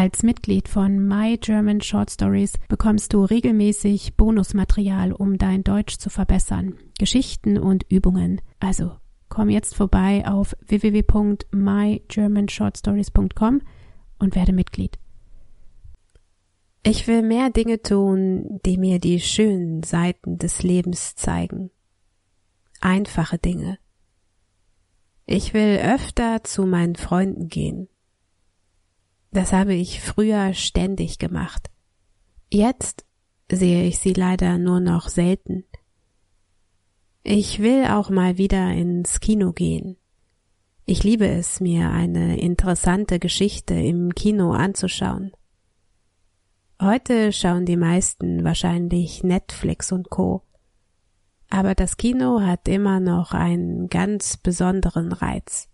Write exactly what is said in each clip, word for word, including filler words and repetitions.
Als Mitglied von My German Short Stories bekommst du regelmäßig Bonusmaterial, um dein Deutsch zu verbessern, Geschichten und Übungen. Also komm jetzt vorbei auf w w w punkt my german short stories punkt com und werde Mitglied. Ich will mehr Dinge tun, die mir die schönen Seiten des Lebens zeigen. Einfache Dinge. Ich will öfter zu meinen Freunden gehen. Das habe ich früher ständig gemacht. Jetzt sehe ich sie leider nur noch selten. Ich will auch mal wieder ins Kino gehen. Ich liebe es, mir eine interessante Geschichte im Kino anzuschauen. Heute schauen die meisten wahrscheinlich Netflix und Co. Aber das Kino hat immer noch einen ganz besonderen Reiz.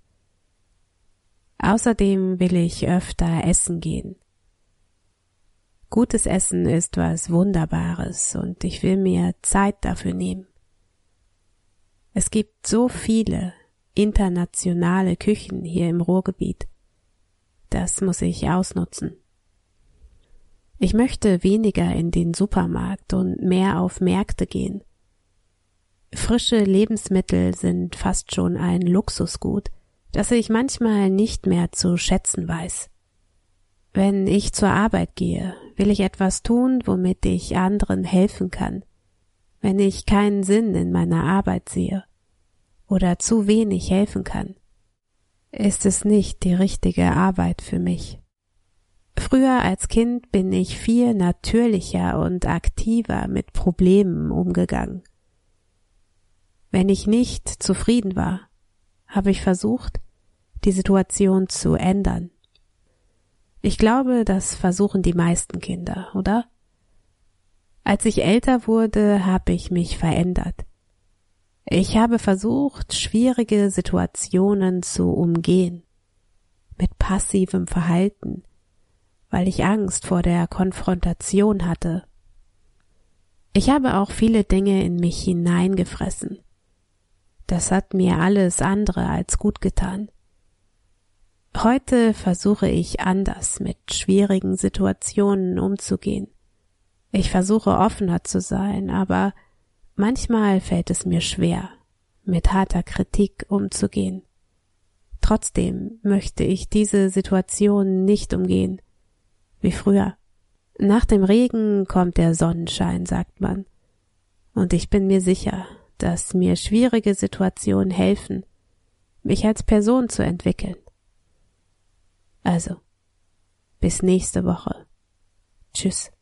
Außerdem will ich öfter essen gehen. Gutes Essen ist was Wunderbares und ich will mir Zeit dafür nehmen. Es gibt so viele internationale Küchen hier im Ruhrgebiet. Das muss ich ausnutzen. Ich möchte weniger in den Supermarkt und mehr auf Märkte gehen. Frische Lebensmittel sind fast schon ein Luxusgut, das ich manchmal nicht mehr zu schätzen weiß. Wenn ich zur Arbeit gehe, will ich etwas tun, womit ich anderen helfen kann. Wenn ich keinen Sinn in meiner Arbeit sehe oder zu wenig helfen kann, ist es nicht die richtige Arbeit für mich. Früher als Kind bin ich viel natürlicher und aktiver mit Problemen umgegangen. Wenn ich nicht zufrieden war, habe ich versucht, die Situation zu ändern. Ich glaube, das versuchen die meisten Kinder, oder? Als ich älter wurde, habe ich mich verändert. Ich habe versucht, schwierige Situationen zu umgehen, mit passivem Verhalten, weil ich Angst vor der Konfrontation hatte. Ich habe auch viele Dinge in mich hineingefressen. Das hat mir alles andere als gut getan. Heute versuche ich anders mit schwierigen Situationen umzugehen. Ich versuche offener zu sein, aber manchmal fällt es mir schwer, mit harter Kritik umzugehen. Trotzdem möchte ich diese Situation nicht umgehen, wie früher. Nach dem Regen kommt der Sonnenschein, sagt man. Und ich bin mir sicher, dass mir schwierige Situationen helfen, mich als Person zu entwickeln. Also, bis nächste Woche. Tschüss.